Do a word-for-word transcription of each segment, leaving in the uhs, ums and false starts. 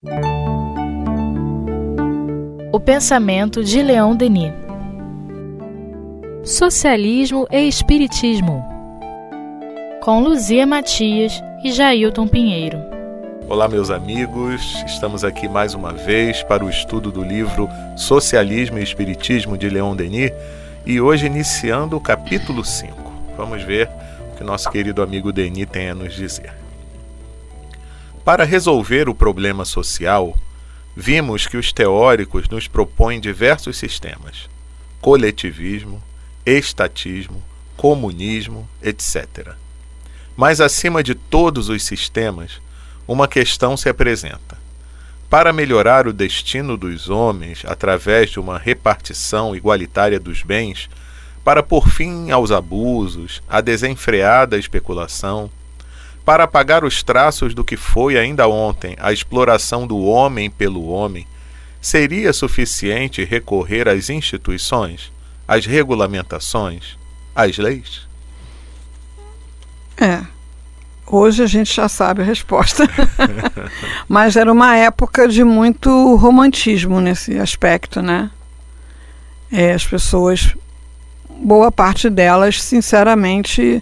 O pensamento de Leon Denis. Socialismo e Espiritismo, com Luzia Matias e Jailton Pinheiro. Olá, meus amigos, estamos aqui mais uma vez para o estudo do livro Socialismo e Espiritismo de Leon Denis e hoje iniciando o capítulo cinco. Vamos ver o que nosso querido amigo Denis tem a nos dizer. Para resolver o problema social, vimos que os teóricos nos propõem diversos sistemas: coletivismo, estatismo, comunismo, etcétera. Mas acima de todos os sistemas, uma questão se apresenta. Para melhorar o destino dos homens através de uma repartição igualitária dos bens, para pôr fim aos abusos, à desenfreada especulação, para apagar os traços do que foi ainda ontem a exploração do homem pelo homem, seria suficiente recorrer às instituições, às regulamentações, às leis? É, hoje a gente já sabe a resposta. Mas era uma época de muito romantismo nesse aspecto, né? É, as pessoas, boa parte delas, sinceramente,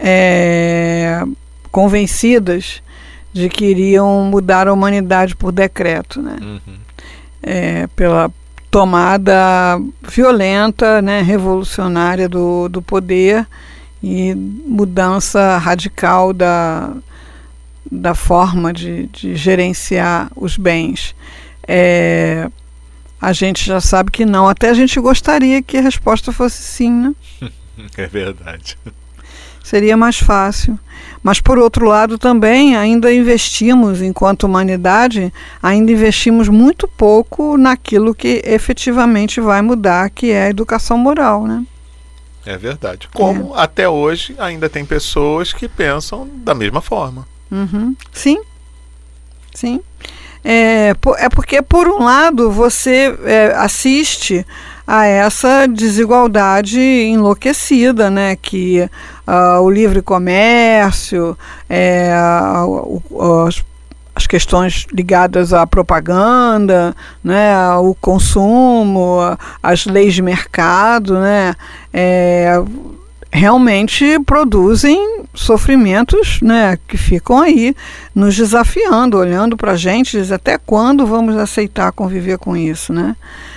é, convencidas de que iriam mudar a humanidade por decreto, né? Uhum. É, pela tomada violenta, né, revolucionária do, do poder e mudança radical da, da forma de, de gerenciar os bens. É, a gente já sabe que não, até a gente gostaria que a resposta fosse sim, né? É verdade. Seria mais fácil. Mas, por outro lado, também ainda investimos, enquanto humanidade, ainda investimos muito pouco naquilo que efetivamente vai mudar, que é a educação moral, né? É verdade. Como é. Até hoje ainda tem pessoas que pensam da mesma forma. Uhum. Sim. Sim. É, é porque, por um lado, você é, assiste a essa desigualdade enlouquecida, né, que uh, o livre comércio, é, uh, uh, as, as questões ligadas à propaganda, né, o consumo, uh, as leis de mercado, né, é, realmente produzem sofrimentos, né, que ficam aí nos desafiando, olhando para a gente, diz, até quando vamos aceitar conviver com isso, né?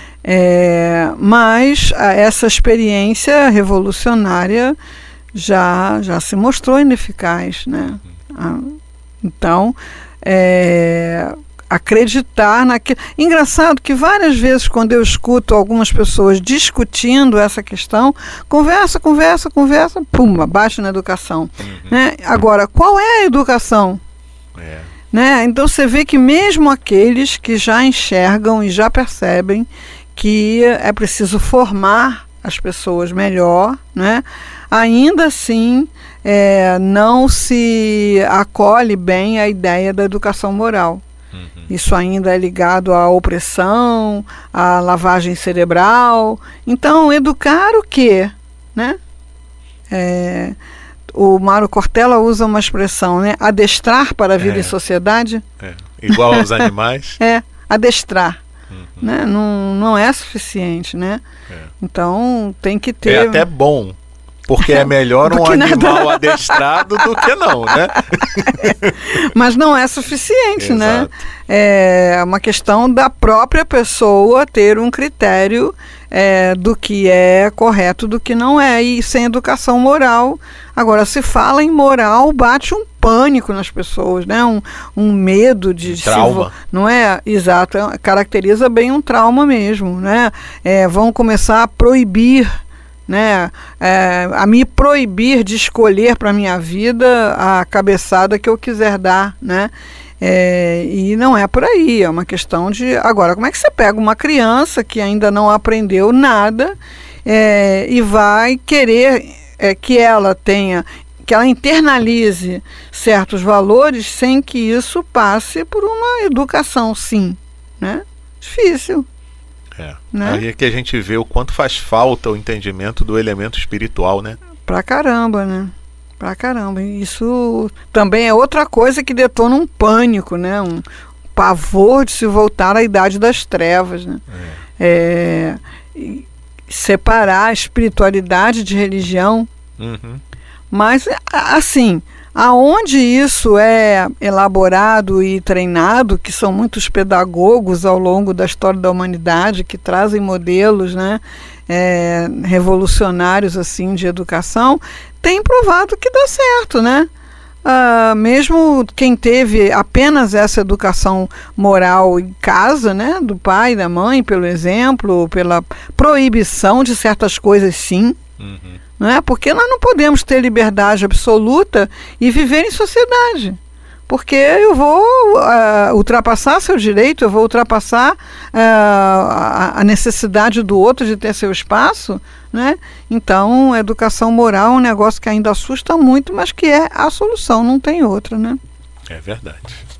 É, mas a, essa experiência revolucionária já, já se mostrou ineficaz, né? Ah, então, é, acreditar naquilo... Engraçado que várias vezes quando eu escuto algumas pessoas discutindo essa questão, conversa, conversa, conversa, pum, abaixo na educação. Uhum. Né? Agora, qual é a educação? É. Né? Então você vê que mesmo aqueles que já enxergam e já percebem que é preciso formar as pessoas melhor, né? Ainda assim é, não se acolhe bem a ideia da educação moral. Uhum. Isso ainda é ligado à opressão, à lavagem cerebral. Então, educar o quê? Né? É, o Mário Cortella usa uma expressão, né? Adestrar para a vida é, em sociedade. É. Igual aos animais. É, adestrar. Uhum. Né? Não, não é suficiente, né? É. Então tem que ter... É até bom, porque é melhor um animal nada. adestrado do que não, né? É. Mas não é suficiente, Exato. né? É uma questão da própria pessoa ter um critério é, do que é correto, do que não é, e sem educação moral. Agora, se fala em moral, bate um pânico nas pessoas, né? Um, um medo de... Um trauma. Se, não é? Exato. Caracteriza bem um trauma mesmo, né? É, vão começar a proibir, né? É, a me proibir de escolher para a minha vida a cabeçada que eu quiser dar, né? É, e não é por aí, é uma questão de... Agora, como é que você pega uma criança que ainda não aprendeu nada é, e vai querer é, que ela tenha... que ela internalize certos valores sem que isso passe por uma educação, sim, né? Difícil. É. Né? Aí é que a gente vê o quanto faz falta o entendimento do elemento espiritual, né? Pra caramba, né? Pra caramba. Isso também é outra coisa que detona um pânico, né? Um pavor de se voltar à idade das trevas, né? É. É, separar a espiritualidade de religião. Uhum. Mas, assim, aonde isso é elaborado e treinado, que são muitos pedagogos ao longo da história da humanidade, que trazem modelos, né, é, revolucionários assim, de educação, tem provado que dá certo, né? Uh, mesmo quem teve apenas essa educação moral em casa, né, do pai e da mãe, pelo exemplo, pela proibição de certas coisas, sim, uhum. não é? Porque nós não podemos ter liberdade absoluta e viver em sociedade, porque eu vou uh, ultrapassar seu direito, eu vou ultrapassar uh, a, a necessidade do outro de ter seu espaço, né? Então, a educação moral é um negócio que ainda assusta muito, mas que é a solução, não tem outra, né? É verdade.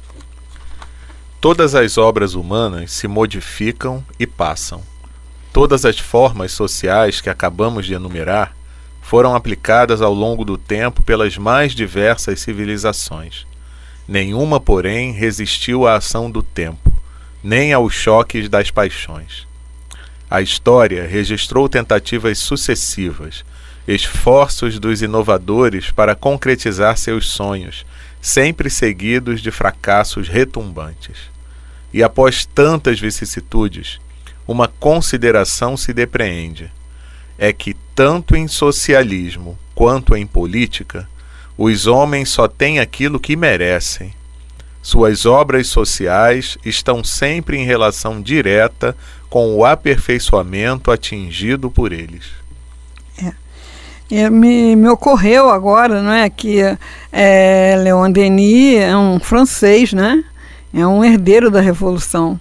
Todas as obras humanas se modificam e passam. Todas as formas sociais que acabamos de enumerar foram aplicadas ao longo do tempo pelas mais diversas civilizações. Nenhuma, porém, resistiu à ação do tempo, nem aos choques das paixões. A história registrou tentativas sucessivas, esforços dos inovadores para concretizar seus sonhos, sempre seguidos de fracassos retumbantes. E após tantas vicissitudes, uma consideração se depreende: é que tanto em socialismo quanto em política, os homens só têm aquilo que merecem. Suas obras sociais estão sempre em relação direta com o aperfeiçoamento atingido por eles. É. É, me, me ocorreu agora, não é, que é, Leon Denis é um francês, né? É um herdeiro da Revolução.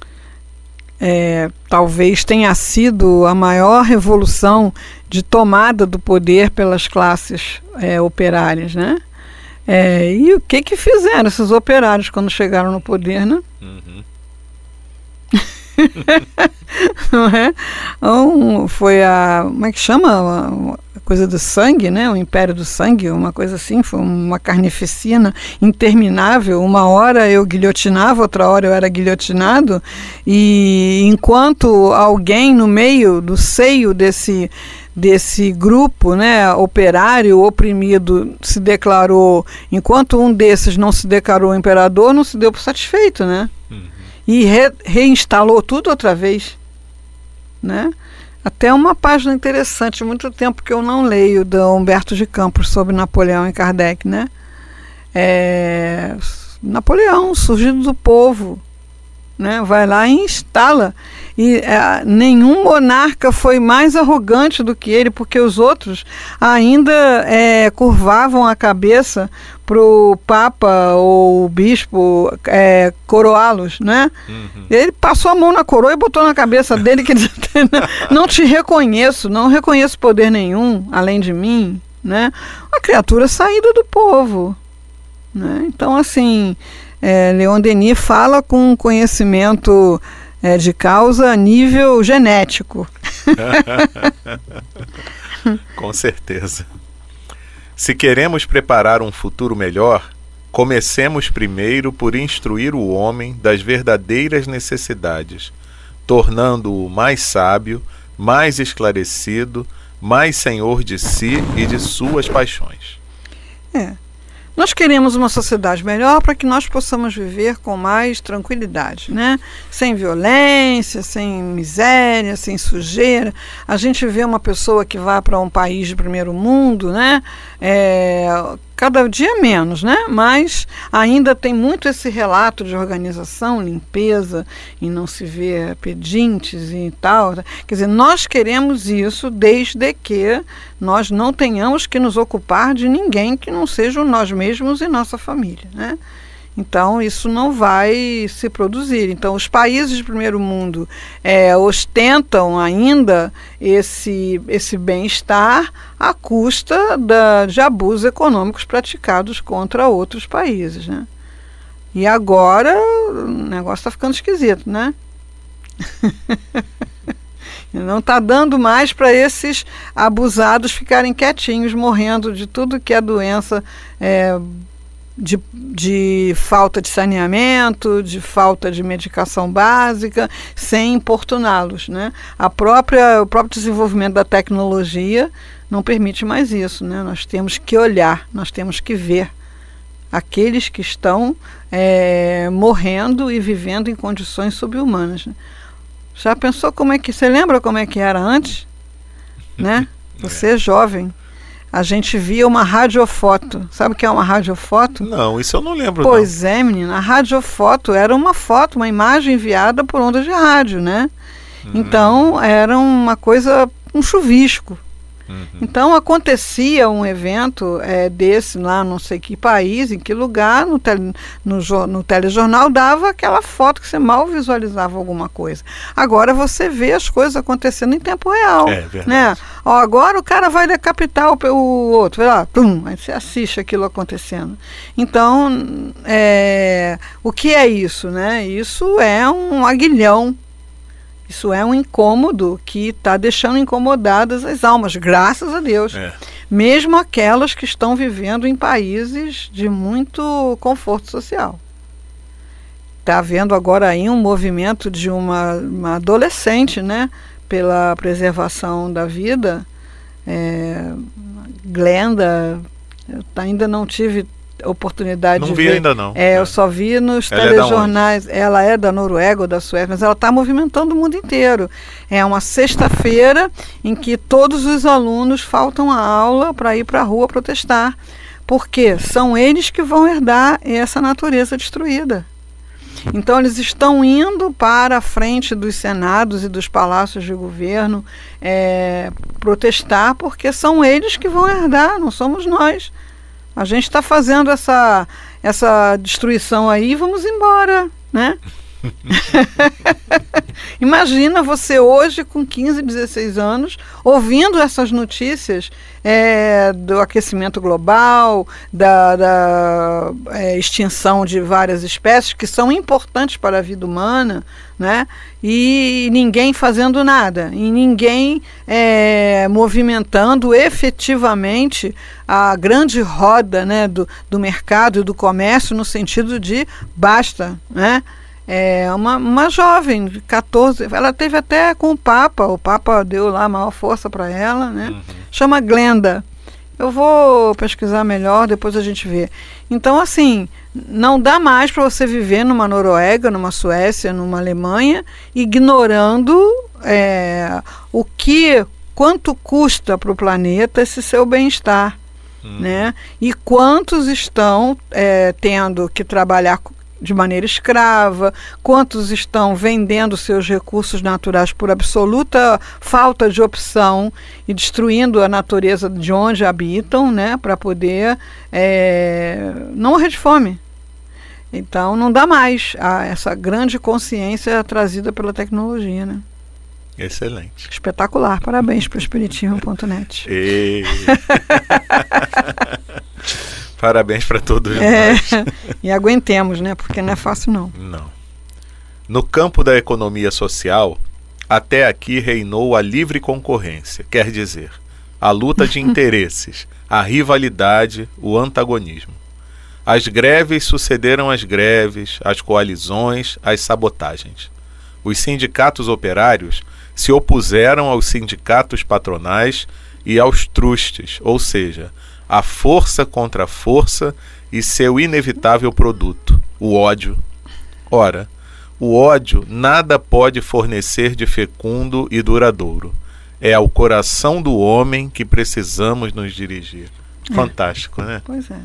É, talvez tenha sido a maior revolução de tomada do poder pelas classes é, operárias, né? É, e o que que fizeram esses operários quando chegaram no poder, né? Uhum. Não é? Um, foi a... como é que chama? A coisa do sangue, né? O Império do Sangue, uma coisa assim. Foi uma carnificina interminável. Uma hora eu guilhotinava, outra hora eu era guilhotinado. E enquanto alguém no meio do seio desse... desse grupo, né, operário oprimido se declarou, enquanto um desses não se declarou imperador, não se deu por satisfeito, né? Uhum. E re, reinstalou tudo outra vez, né? Até uma página interessante, muito tempo que eu não leio, da Humberto de Campos, sobre Napoleão e Kardec, né? É, Napoleão, surgido do povo, né? Vai lá e instala. E é, nenhum monarca foi mais arrogante do que ele, porque os outros ainda é, curvavam a cabeça para o Papa ou o Bispo é, coroá-los, né? Uhum. Ele passou a mão na coroa e botou na cabeça dele que não te reconheço, não reconheço poder nenhum além de mim, né? Uma criatura saída do povo, né? Então, assim, é, Leon Denis fala com conhecimento É, de causa a nível genético. Com certeza. Se queremos preparar um futuro melhor, comecemos primeiro por instruir o homem das verdadeiras necessidades, tornando-o mais sábio, mais esclarecido, mais senhor de si e de suas paixões. É. Nós queremos uma sociedade melhor para que nós possamos viver com mais tranquilidade, né? Sem violência, sem miséria, sem sujeira. A gente vê uma pessoa que vai para um país de primeiro mundo, né? É, cada dia menos, né? Mas ainda tem muito esse relato de organização, limpeza, e não se vê pedintes e tal. Quer dizer, nós queremos isso desde que nós não tenhamos que nos ocupar de ninguém que não sejam nós mesmos e nossa família, né? Então, isso não vai se produzir. Então, os países de primeiro mundo é, ostentam ainda esse, esse bem-estar à custa da, de abusos econômicos praticados contra outros países, né? E agora o negócio está ficando esquisito, né? Não está dando mais para esses abusados ficarem quietinhos, morrendo de tudo que é doença é, de, de falta de saneamento, de falta de medicação básica, sem importuná-los, né? A própria, o próprio desenvolvimento da tecnologia não permite mais isso, né? Nós temos que olhar, nós temos que ver aqueles que estão é, morrendo e vivendo em condições subhumanas, né? Já pensou como é que... Você lembra como é que era antes? Né? Você é jovem. A gente via uma radiofoto. Sabe o que é uma radiofoto? Não, isso eu não lembro. Pois não. é, menina. A radiofoto era uma foto, uma imagem enviada por ondas de rádio, né? Hum. Então, era uma coisa, um chuvisco. Uhum. Então acontecia um evento é, desse lá, não sei que país, em que lugar, no, tele, no, no telejornal dava aquela foto que você mal visualizava alguma coisa. Agora você vê as coisas acontecendo em tempo real. É verdade. Né? Ó, agora o cara vai decapitar o, o outro, vai lá, tum, aí você assiste aquilo acontecendo. Então, é, o que é isso? Né? Isso é um aguilhão. Isso é um incômodo que está deixando incomodadas as almas, graças a Deus. É. Mesmo aquelas que estão vivendo em países de muito conforto social. Está havendo agora aí um movimento de uma, uma adolescente, né, pela preservação da vida. É, Glenda, eu ainda não tive oportunidade não de vi ver. ainda não. É, é. Eu só vi nos ela telejornais. É ela é da Noruega ou da Suécia, mas ela está movimentando o mundo inteiro. É uma sexta-feira em que todos os alunos faltam a aula para ir para a rua protestar, porque são eles que vão herdar essa natureza destruída. Então eles estão indo para a frente dos senados e dos palácios de governo é, protestar, porque são eles que vão herdar, não somos nós. A gente está fazendo essa, essa destruição aí, vamos embora, né? Imagina você hoje com quinze, dezesseis anos ouvindo essas notícias é, do aquecimento global, da, da é, extinção de várias espécies que são importantes para a vida humana, né? E ninguém fazendo nada, e ninguém é, movimentando efetivamente a grande roda, né, do, do mercado e do comércio no sentido de basta, né? É uma, uma jovem de catorze, ela teve até com o Papa, o Papa deu lá a maior força para ela, né? Uhum. Chama Glenda. Eu vou pesquisar melhor, depois a gente vê. Então, assim, não dá mais para você viver numa Noruega, numa Suécia, numa Alemanha, ignorando é, o que, quanto custa para o planeta esse seu bem-estar, uhum. né? E quantos estão é, tendo que trabalhar de maneira escrava, quantos estão vendendo seus recursos naturais por absoluta falta de opção e destruindo a natureza de onde habitam, né, para poder é, não morrer de fome. Então não dá mais a essa grande consciência trazida pela tecnologia, né? Excelente. Espetacular. Parabéns para o espiritismo ponto net. E... Parabéns para todos é, nós. E aguentemos, né? Porque não é fácil, não. Não. No campo da economia social, até aqui reinou a livre concorrência, quer dizer, a luta de interesses, a rivalidade, o antagonismo. As greves sucederam às greves, as coalizões, as sabotagens. Os sindicatos operários se opuseram aos sindicatos patronais e aos trustes, ou seja, a força contra a força e seu inevitável produto, o ódio. Ora, o ódio nada pode fornecer de fecundo e duradouro. É ao coração do homem que precisamos nos dirigir. Fantástico, é. Né? Pois é.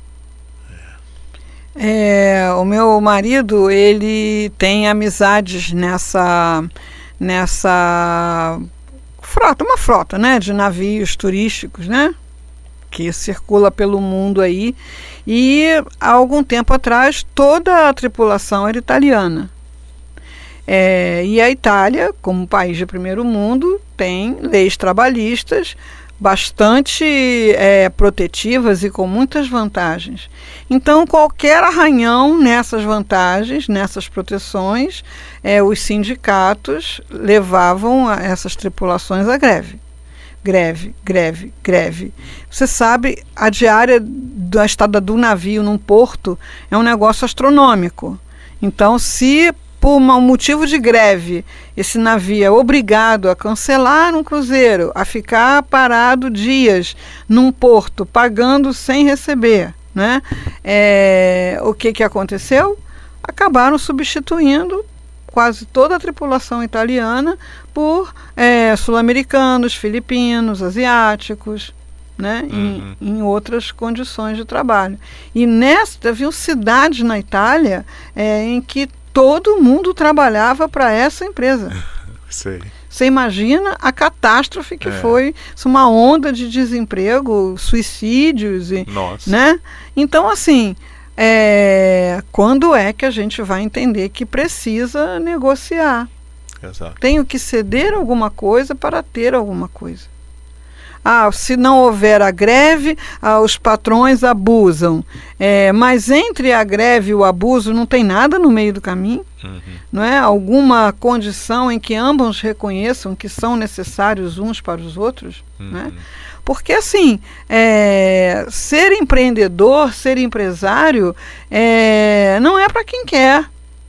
É, o meu marido, ele tem amizades nessa, nessa frota, uma frota, né, de navios turísticos, né, que circula pelo mundo aí, e há algum tempo atrás toda a tripulação era italiana. É, e a Itália, como país de primeiro mundo, tem leis trabalhistas bastante é, protetivas e com muitas vantagens. Então, qualquer arranhão nessas vantagens, nessas proteções, é, os sindicatos levavam a essas tripulações à greve. Greve, greve, greve. Você sabe a diária da estada do navio num porto é um negócio astronômico. Então, se por um motivo de greve esse navio é obrigado a cancelar um cruzeiro, a ficar parado dias num porto, pagando sem receber, né? É, o que, que aconteceu? Acabaram substituindo quase toda a tripulação italiana por é, sul-americanos, filipinos, asiáticos, né, uhum. em, em outras condições de trabalho. E nesta, haviam cidades na Itália é, em que todo mundo trabalhava para essa empresa. Sei. Você imagina a catástrofe que é. foi, uma onda de desemprego, suicídios, e, Nossa. né? Então, assim, é, quando é que a gente vai entender que precisa negociar? Exato. Tenho que ceder alguma coisa para ter alguma coisa. Ah, se não houver a greve, ah, os patrões abusam. É, mas entre a greve e o abuso não tem nada no meio do caminho, uhum. não é? Alguma condição em que ambos reconheçam que são necessários uns para os outros, uhum. né? Porque assim, é, ser empreendedor, ser empresário, é, não é para quem quer.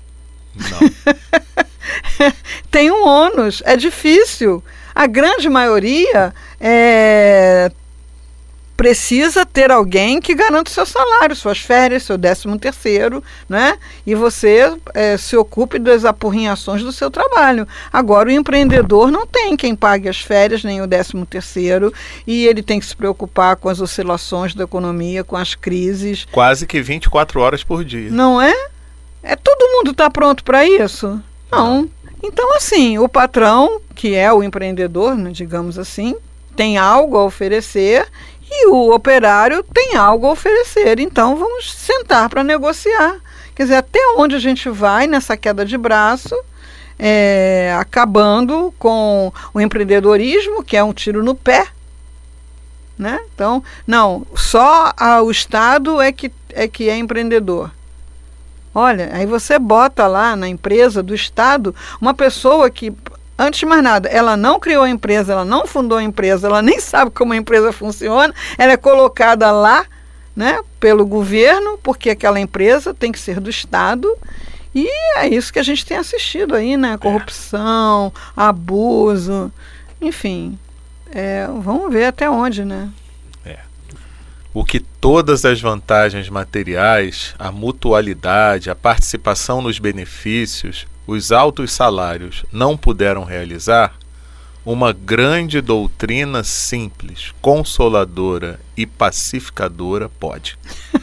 Não. Tem um ônus, é difícil. A grande maioria é, precisa ter alguém que garanta o seu salário, suas férias, seu décimo terceiro, né? E você é, se ocupe das apurrinhações do seu trabalho. Agora, o empreendedor não tem quem pague as férias, nem o décimo terceiro, e ele tem que se preocupar com as oscilações da economia, com as crises. Quase que vinte e quatro horas por dia. Não é? É todo mundo está pronto para isso? Não. não. Então, assim, o patrão, que é o empreendedor, né, digamos assim, tem algo a oferecer e o operário tem algo a oferecer. Então, vamos sentar para negociar. Quer dizer, até onde a gente vai nessa queda de braço, é, acabando com o empreendedorismo, que é um tiro no pé, né? Então, não, só a, o Estado é que, é que é empreendedor. Olha, aí você bota lá na empresa do Estado uma pessoa que, antes de mais nada, ela não criou a empresa, ela não fundou a empresa, ela nem sabe como a empresa funciona, ela é colocada lá, né, pelo governo, porque aquela empresa tem que ser do Estado, e é isso que a gente tem assistido aí, né? Corrupção, abuso, enfim, é, vamos ver até onde, né? O que todas as vantagens materiais, a mutualidade, a participação nos benefícios, os altos salários não puderam realizar, uma grande doutrina simples, consoladora e pacificadora pode.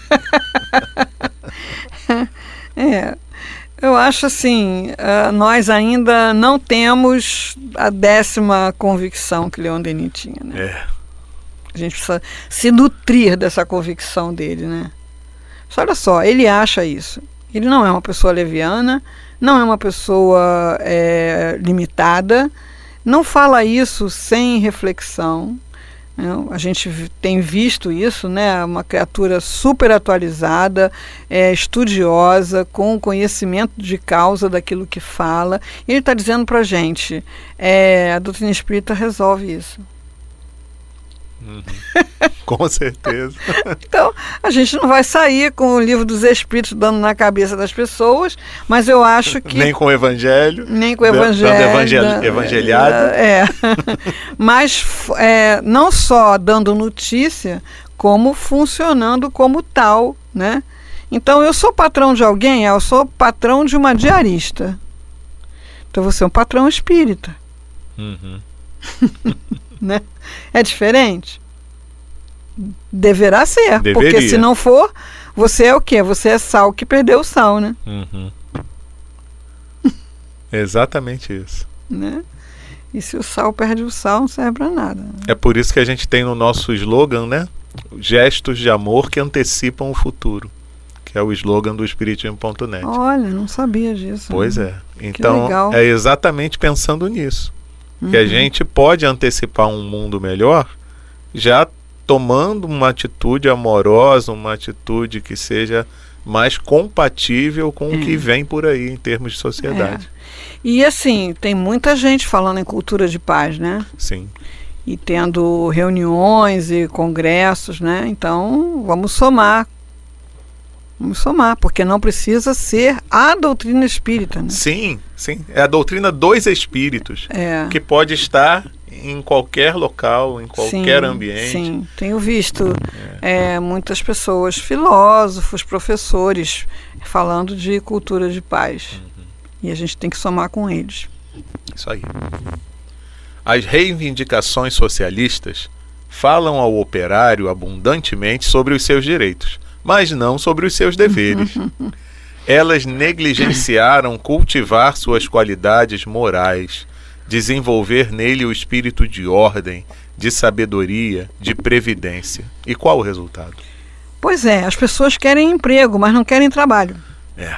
É, eu acho assim, uh, nós ainda não temos a décima convicção que Leon Denis tinha, né? É. A gente precisa se nutrir dessa convicção dele, né? Mas olha só, ele acha isso. Ele não é uma pessoa leviana, não é uma pessoa é, limitada, não fala isso sem reflexão. Né? A gente tem visto isso, né? Uma criatura super atualizada, é, estudiosa, com conhecimento de causa daquilo que fala. E ele está dizendo para a gente, é, a doutrina espírita resolve isso. Uhum. Com certeza. Então, a gente não vai sair com o livro dos Espíritos dando na cabeça das pessoas, mas eu acho que... Nem com o Evangelho. Nem com o Evangelho. Dando evangel, evangelhado. É. Mas é, não só dando notícia, como funcionando como tal, né? Então, eu sou patrão de alguém, eu sou patrão de uma diarista. Então, você é um patrão espírita. Uhum. Né? É diferente? Deverá ser. Deveria. Porque se não for, você é o quê? Você é sal que perdeu o sal, né? Uhum. Exatamente isso. Né? E se o sal perde o sal, não serve para nada. É por isso que a gente tem no nosso slogan, né? Gestos de amor que antecipam o futuro, que é o slogan do espiritismo ponto net. Olha, não sabia disso. Pois né? é. Então, é exatamente pensando nisso. Que a gente pode antecipar um mundo melhor já tomando uma atitude amorosa, uma atitude que seja mais compatível com é. o que vem por aí em termos de sociedade. É. E assim, tem muita gente falando em cultura de paz, né? Sim. e tendo reuniões e congressos, né? Então, vamos somar. Vamos somar, porque não precisa ser a doutrina espírita, né? Sim, sim. É a doutrina dos espíritos, é. que pode estar em qualquer local, em qualquer sim, ambiente. Sim, tenho visto é. É, muitas pessoas, filósofos, professores, falando de cultura de paz. Uhum. E a gente tem que somar com eles. Isso aí. As reivindicações socialistas falam ao operário abundantemente sobre os seus direitos, mas não sobre os seus deveres. Elas negligenciaram cultivar suas qualidades morais, desenvolver nele o espírito de ordem, de sabedoria, de previdência. E qual o resultado? Pois é, as pessoas querem emprego, mas não querem trabalho. É.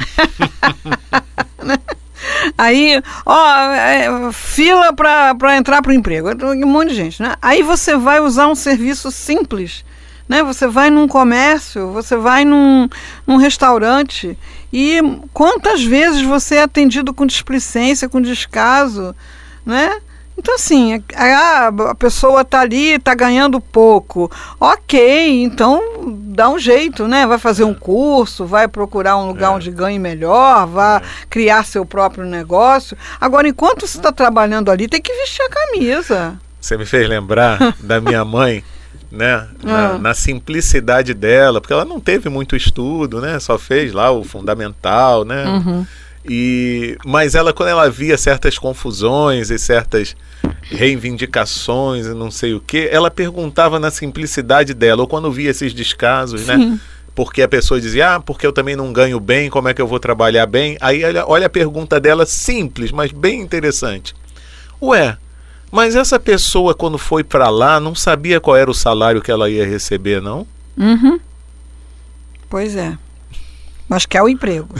Aí, ó, é, fila para entrar para o emprego, um monte de gente, né? Aí você vai usar um serviço simples, né? Você vai num comércio, você vai num, num restaurante, e quantas vezes você é atendido com displicência, com descaso, né? Então, assim, a, a pessoa está ali, está ganhando pouco. Ok, então dá um jeito, né? Vai fazer um curso, vai procurar um lugar é. onde ganhe melhor, vai é. criar seu próprio negócio. Agora, enquanto você está trabalhando ali, tem que vestir a camisa. Você me fez lembrar da minha mãe, né? Na, ah. na simplicidade dela, porque ela não teve muito estudo, né? Só fez lá o fundamental, né? Uhum. E, mas ela, quando ela via certas confusões e certas reivindicações e não sei o que, ela perguntava na simplicidade dela, ou quando via esses descasos, Sim. né? Porque a pessoa dizia, ah, porque eu também não ganho bem, como é que eu vou trabalhar bem? Aí olha, olha a pergunta dela, simples, mas bem interessante. Ué, mas essa pessoa quando foi para lá não sabia qual era o salário que ela ia receber, não? Uhum. Pois é. Mas quer o emprego.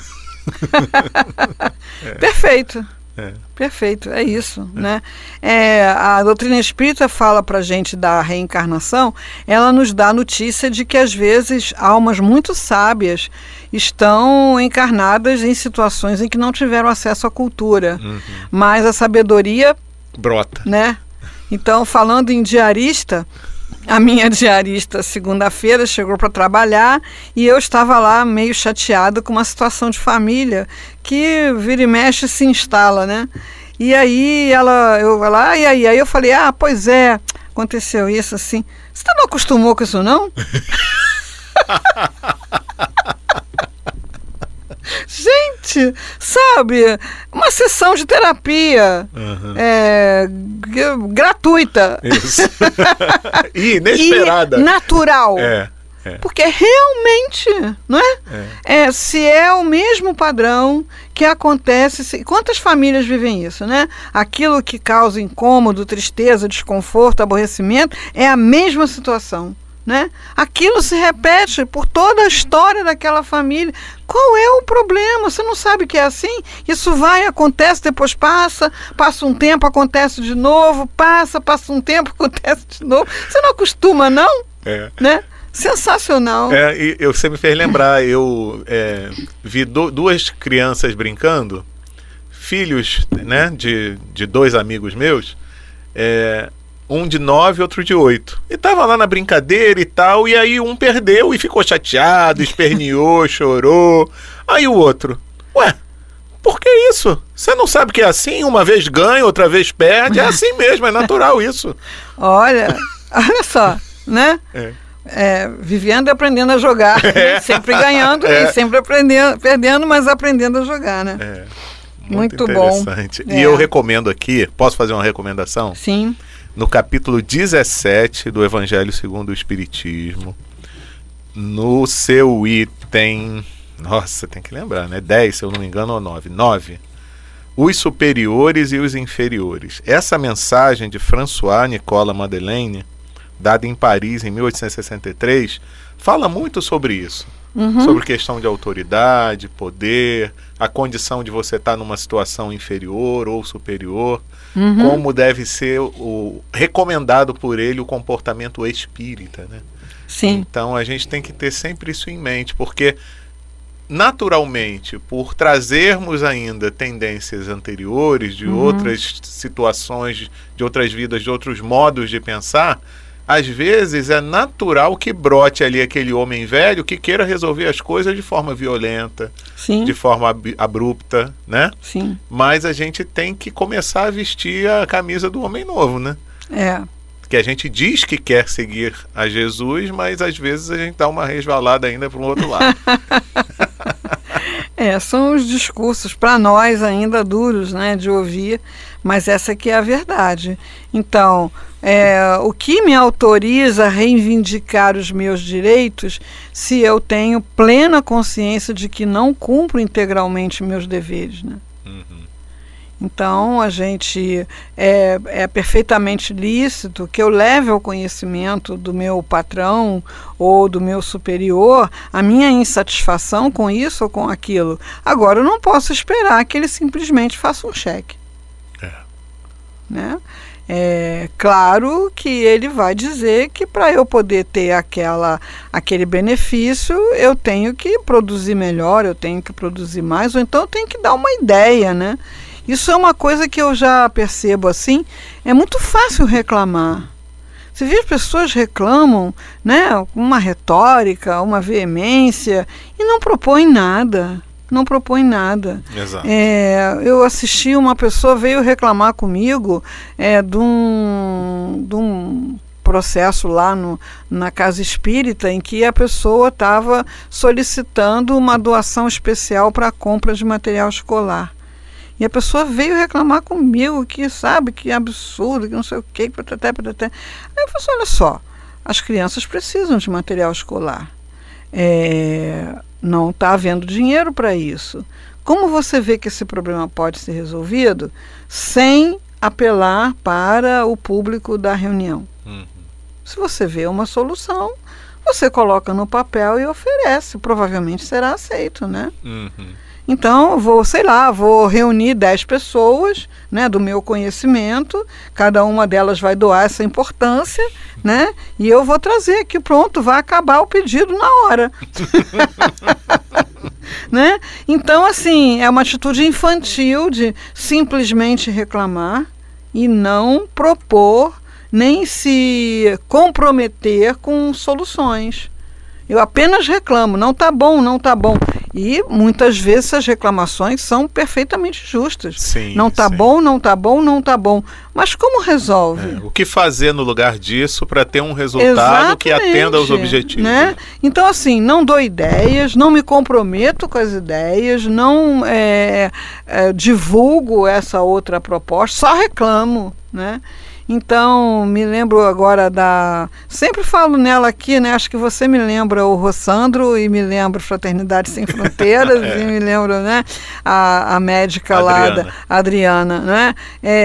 é. Perfeito. É. Perfeito, é isso, é. né? É, a doutrina espírita fala pra gente da reencarnação, ela nos dá a notícia de que às vezes almas muito sábias estão encarnadas em situações em que não tiveram acesso à cultura, uhum. mas a sabedoria brota, né? Então, falando em diarista, a minha diarista, segunda-feira, chegou para trabalhar e eu estava lá meio chateada com uma situação de família que vira e mexe se instala, né? E aí ela, eu lá, e aí, aí eu falei, ah, pois é, aconteceu isso assim. Você não acostumou com isso, não? Gente, sabe, uma sessão de terapia uhum. é, g- gratuita. Isso. E inesperada. E natural. É, é. Porque realmente, não é? É? É, se é o mesmo padrão que acontece, se, quantas famílias vivem isso, né? Aquilo que causa incômodo, tristeza, desconforto, aborrecimento, é a mesma situação. Né? Aquilo se repete por toda a história daquela família. Qual é o problema? Você não sabe que é assim? Isso vai, acontece, depois passa, passa um tempo, acontece de novo, passa, passa um tempo, acontece de novo. Você não acostuma, não? É. Né? Sensacional. É, e eu, você me fez lembrar, eu é, vi do, duas crianças brincando, filhos, né, de, de dois amigos meus, é, um de nove, outro de oito. E tava lá na brincadeira e tal, e aí um perdeu e ficou chateado, esperneou, chorou. Aí o outro, ué, por que isso? Você não sabe que é assim? Uma vez ganha, outra vez perde. É assim mesmo, é natural isso. Olha, olha só, né? É. É, vivendo e aprendendo a jogar. É. Né? Sempre ganhando é. e sempre aprendendo, perdendo, mas aprendendo a jogar, né? É. Muito, Muito interessante. bom. E é. eu recomendo aqui, posso fazer uma recomendação? Sim. No capítulo dezessete do Evangelho segundo o Espiritismo, no seu item, nossa, tem que lembrar, né? dez, se eu não me engano, ou nove. nove. Os superiores e os inferiores. Essa mensagem de François Nicolas Madeleine, dada em Paris em mil oitocentos e sessenta e três, fala muito sobre isso. Uhum. Sobre questão de autoridade, poder, a condição de você estar numa situação inferior ou superior, uhum. como deve ser o recomendado por ele o comportamento espírita, né? Sim. Então a gente tem que ter sempre isso em mente, porque naturalmente, por trazermos ainda tendências anteriores de uhum. outras situações, de outras vidas, de outros modos de pensar, às vezes é natural que brote ali aquele homem velho que queira resolver as coisas de forma violenta, Sim. de forma ab- abrupta, né? Sim. Mas a gente tem que começar a vestir a camisa do homem novo, né? É. Que a gente diz que quer seguir a Jesus, mas às vezes a gente dá uma resvalada ainda para o outro lado. É, são os discursos para nós ainda duros, né, de ouvir, mas essa aqui é a verdade. Então, é, o que me autoriza a reivindicar os meus direitos se eu tenho plena consciência de que não cumpro integralmente meus deveres, né? Uhum. Então, a gente é, é perfeitamente lícito que eu leve ao conhecimento do meu patrão ou do meu superior a minha insatisfação com isso ou com aquilo. Agora, eu não posso esperar que ele simplesmente faça um cheque. É. Né? É claro que ele vai dizer que para eu poder ter aquela, aquele benefício, eu tenho que produzir melhor, eu tenho que produzir mais, ou então eu tenho que dar uma ideia, né? Isso é uma coisa que eu já percebo assim, é muito fácil reclamar. Você vê as pessoas reclamam, né, uma retórica, uma veemência, e não propõem nada, não propõem nada. Exato. É, eu assisti, uma pessoa veio reclamar comigo é, de, um, de um processo lá no, na casa espírita em que a pessoa estava solicitando uma doação especial para a compra de material escolar. E a pessoa veio reclamar comigo que, sabe, que absurdo, que não sei o quê, pataté, pataté. Aí eu falei assim, olha só, as crianças precisam de material escolar. É, não está havendo dinheiro para isso. Como você vê que esse problema pode ser resolvido sem apelar para o público da reunião? Uhum. Se você vê uma solução, você coloca no papel e oferece. Provavelmente será aceito, né? Uhum. Então, vou, sei lá, vou reunir dez pessoas, né, do meu conhecimento, cada uma delas vai doar essa importância, né, e eu vou trazer aqui, pronto, vai acabar o pedido na hora. Né? Então, assim, é uma atitude infantil de simplesmente reclamar e não propor, nem se comprometer com soluções. Eu apenas reclamo, não está bom, não está bom. E muitas vezes essas reclamações são perfeitamente justas. Sim, não está bom, não está bom, não está bom. Mas como resolve? É, o que fazer no lugar disso para ter um resultado Exatamente, que atenda aos objetivos? Né? Então, assim, não dou ideias, não me comprometo com as ideias, não é, é, divulgo essa outra proposta, só reclamo, né? Então, me lembro agora da... Sempre falo nela aqui, né? Acho que você me lembra o Rossandro e me lembra Fraternidade Sem Fronteiras é. E me lembra, né? A, a médica Adriana. lá, da Adriana, né?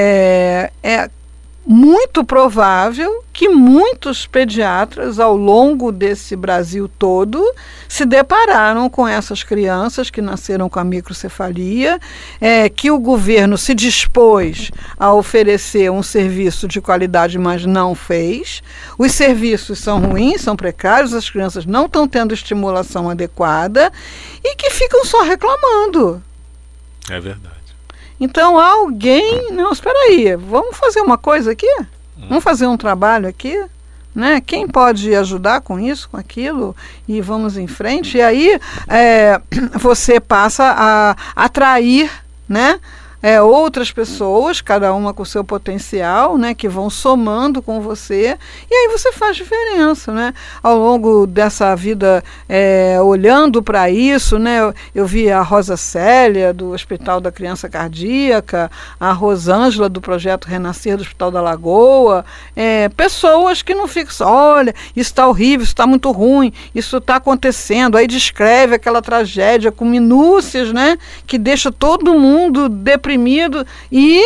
É, é muito provável que muitos pediatras ao longo desse Brasil todo se depararam com essas crianças que nasceram com a microcefalia, é, que o governo se dispôs a oferecer um serviço de qualidade, mas não fez. Os serviços são ruins, são precários, as crianças não estão tendo estimulação adequada e que ficam só reclamando. É verdade. Então alguém, não, espera aí, vamos fazer uma coisa aqui? Vamos fazer um trabalho aqui? Né? Quem pode ajudar com isso, com aquilo? E vamos em frente. E aí é, você passa a atrair, né? É, outras pessoas, cada uma com o seu potencial, né, que vão somando com você, e aí você faz diferença, né? Ao longo dessa vida, é, olhando para isso, né, eu, eu vi a Rosa Célia, do Hospital da Criança Cardíaca, a Rosângela, do Projeto Renascer, do Hospital da Lagoa, é, pessoas que não ficam só, olha, isso está horrível, isso está muito ruim, isso está acontecendo, aí descreve aquela tragédia com minúcias, né, que deixa todo mundo deprimido. Deprimido e,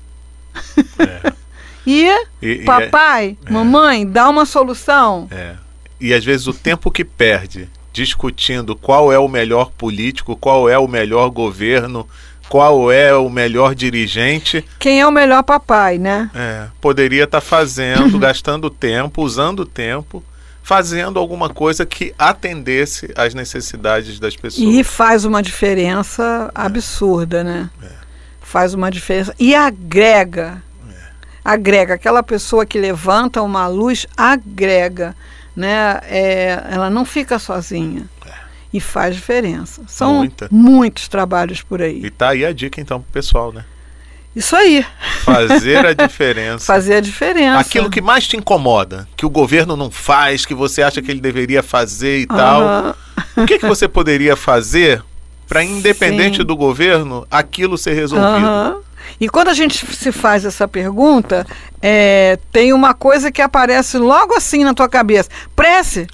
é. e, e papai, e é, mamãe, é. dá uma solução. É. E às vezes o tempo que perde discutindo qual é o melhor político, qual é o melhor governo, qual é o melhor dirigente. Quem é o melhor papai, né? É, poderia estar tá fazendo, gastando tempo, usando tempo, fazendo alguma coisa que atendesse às necessidades das pessoas. E faz uma diferença absurda, né? É. Faz uma diferença e agrega. É. Agrega. Aquela pessoa que levanta uma luz, agrega, né? É, ela não fica sozinha. É. E faz diferença. São Muita. muitos trabalhos por aí. E tá aí a dica então pro pessoal, né? Isso aí. Fazer a diferença. Fazer a diferença. Aquilo que mais te incomoda, que o governo não faz, que você acha que ele deveria fazer e uhum. tal. O que, que você poderia fazer para, independente Sim. do governo, aquilo ser resolvido? Uhum. E quando a gente se faz essa pergunta, é, tem uma coisa que aparece logo assim na tua cabeça. Prece.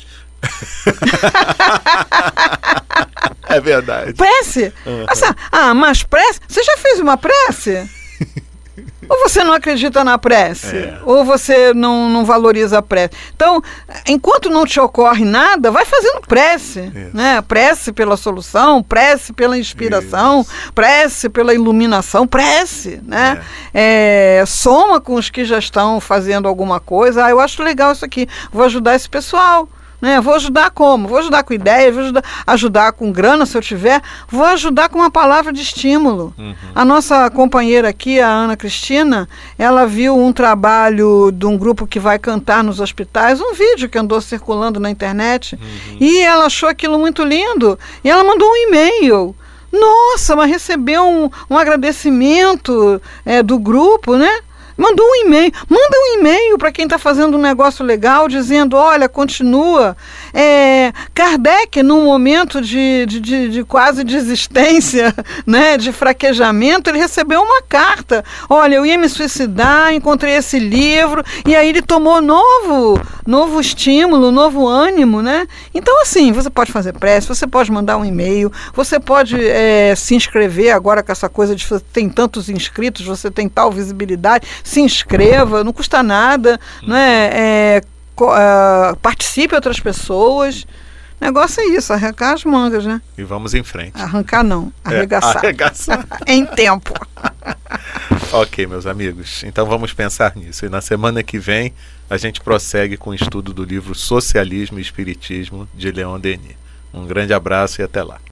É verdade. Prece? Uhum. Nossa, ah, mas prece? Você já fez uma prece? Ou você não acredita na prece, é. ou você não, não valoriza a prece. Então, enquanto não te ocorre nada, vai fazendo prece. Né? Prece pela solução, prece pela inspiração, Isso. prece pela iluminação, prece. Né? É. É, soma com os que já estão fazendo alguma coisa. Ah, eu acho legal isso aqui, vou ajudar esse pessoal. Né? Vou ajudar como? Vou ajudar com ideia, vou ajudar, ajudar com grana se eu tiver, vou ajudar com uma palavra de estímulo. Uhum. A nossa companheira aqui, a Ana Cristina, ela viu um trabalho de um grupo que vai cantar nos hospitais, um vídeo que andou circulando na internet, uhum. e ela achou aquilo muito lindo, e ela mandou um e-mail. Nossa, mas recebeu um, um agradecimento é, do grupo, né? Mandou um e-mail, manda um e-mail para quem está fazendo um negócio legal, dizendo, olha, continua. É, Kardec, num momento de, de, de, de quase desistência, né, de fraquejamento, ele recebeu uma carta. Olha, eu ia me suicidar, encontrei esse livro, e aí ele tomou novo, novo estímulo, novo ânimo, né? Então, assim, você pode fazer prece, você pode mandar um e-mail, você pode é, se inscrever agora com essa coisa de você tem tantos inscritos, você tem tal visibilidade, se inscreva, não custa nada, né? É, Uh, participe outras pessoas. O negócio é isso, arrancar as mangas, né? E vamos em frente. Arrancar não, arregaçar. É, arregaçar. Em tempo. Ok, meus amigos, então vamos pensar nisso. E na semana que vem a gente prossegue com o estudo do livro Socialismo e Espiritismo de Leon Denis. Um grande abraço e até lá.